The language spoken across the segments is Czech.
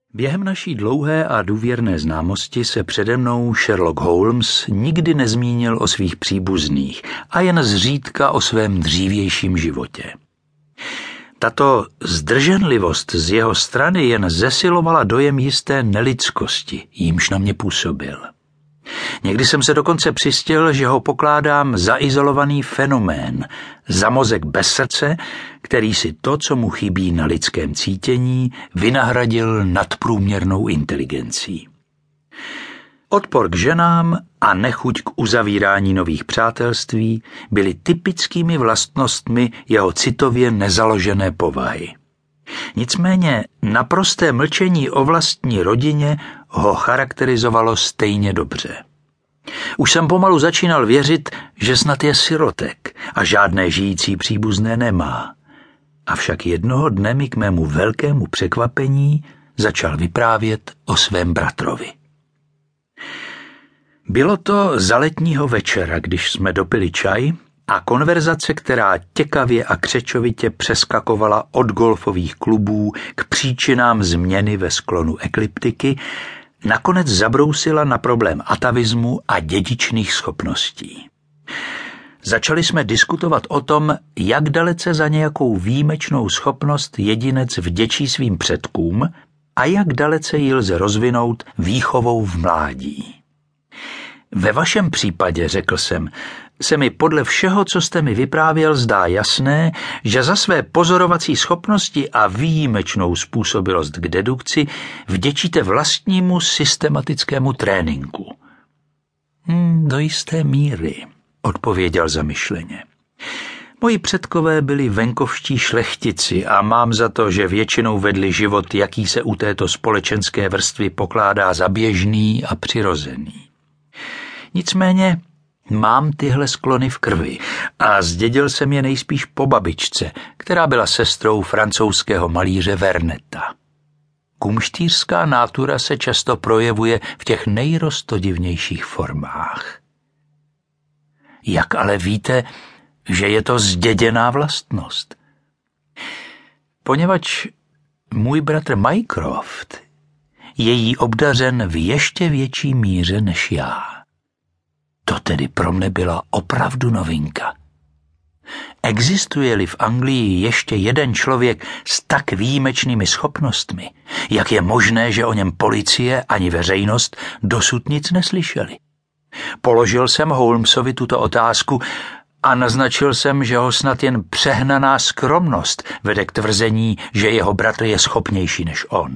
Během naší dlouhé a důvěrné známosti se přede mnou Sherlock Holmes nikdy nezmínil o svých příbuzných a jen zřídka o svém dřívějším životě. Tato zdrženlivost z jeho strany jen zesilovala dojem jisté nelidskosti, jímž na mě působil. Někdy jsem se dokonce přistěl, že ho pokládám za izolovaný fenomén, za mozek bez srdce, který si to, co mu chybí na lidském cítění, vynahradil nadprůměrnou inteligencí. Odpor k ženám a nechuť k uzavírání nových přátelství byly typickými vlastnostmi jeho citově nezaložené povahy. Nicméně naprosté mlčení o vlastní rodině ho charakterizovalo stejně dobře. Už jsem pomalu začínal věřit, že snad je sirotek a žádné žijící příbuzné nemá. Avšak jednoho dne mi k mému velkému překvapení začal vyprávět o svém bratrovi. Bylo to za letního večera, když jsme dopili čaj a konverzace, která těkavě a křečovitě přeskakovala od golfových klubů k příčinám změny ve sklonu ekliptiky, nakonec zabrousila na problém atavismu a dědičných schopností. Začali jsme diskutovat o tom, jak dalece za nějakou výjimečnou schopnost jedinec vděčí svým předkům a jak dalece ji lze rozvinout výchovou v mládí. Ve vašem případě, řekl jsem, se mi podle všeho, co jste mi vyprávěl, zdá jasné, že za své pozorovací schopnosti a výjimečnou způsobilost k dedukci vděčíte vlastnímu systematickému tréninku. Do jisté míry, odpověděl zamyšleně. Moji předkové byli venkovští šlechtici a mám za to, že většinou vedli život, jaký se u této společenské vrstvy pokládá za běžný a přirozený. Nicméně mám tyhle sklony v krvi a zdědil jsem je nejspíš po babičce, která byla sestrou francouzského malíře Verneta. Kumštířská nátura se často projevuje v těch nejrostodivnějších formách. Jak ale víte, že je to zděděná vlastnost? Poněvadž můj bratr Mycroft je jí obdařen v ještě větší míře než já. To tedy pro mne byla opravdu novinka. Existuje-li v Anglii ještě jeden člověk s tak výjimečnými schopnostmi, jak je možné, že o něm policie ani veřejnost dosud nic neslyšeli? Položil jsem Holmesovi tuto otázku a naznačil jsem, že ho snad jen přehnaná skromnost vede k tvrzení, že jeho bratr je schopnější než on.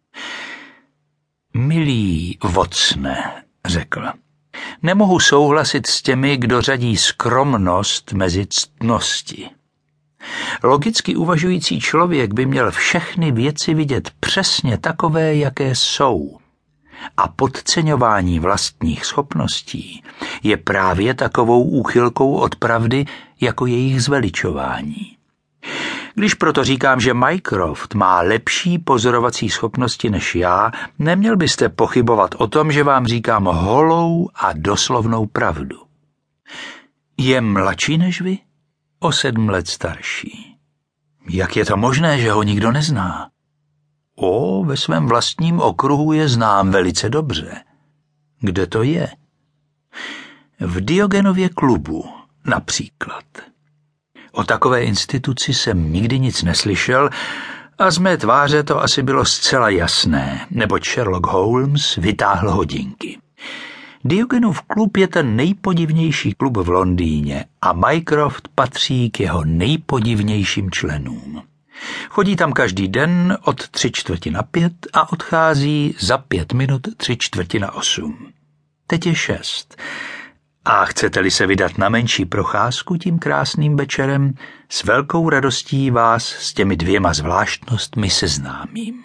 Milý Watsone, řekl, nemohu souhlasit s těmi, kdo řadí skromnost mezi ctnosti. Logicky uvažující člověk by měl všechny věci vidět přesně takové, jaké jsou. A podceňování vlastních schopností je právě takovou úchylkou od pravdy jako jejich zveličování. Když proto říkám, že Mycroft má lepší pozorovací schopnosti než já, neměl byste pochybovat o tom, že vám říkám holou a doslovnou pravdu. Je mladší než vy? O 7 let starší. Jak je to možné, že ho nikdo nezná? Ve svém vlastním okruhu je znám velice dobře. Kde to je? V Diogenově klubu, například. O takové instituci jsem nikdy nic neslyšel a z mé tváře to asi bylo zcela jasné, neboť Sherlock Holmes vytáhl hodinky. Diogenův klub je ten nejpodivnější klub v Londýně a Mycroft patří k jeho nejpodivnějším členům. Chodí tam každý den od 7:45 a odchází za 5 minut 7:45. Teď je 6. A chcete-li se vydat na menší procházku tím krásným večerem, s velkou radostí vás s těmi 2 zvláštnostmi seznámím.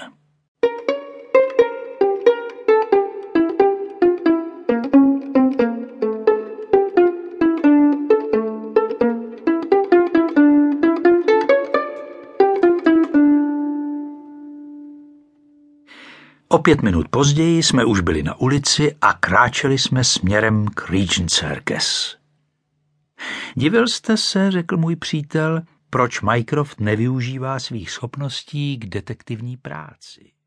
O 5 minut později jsme už byli na ulici a kráčeli jsme směrem k Regent Circus. Divil jste se, řekl můj přítel, proč Mycroft nevyužívá svých schopností k detektivní práci.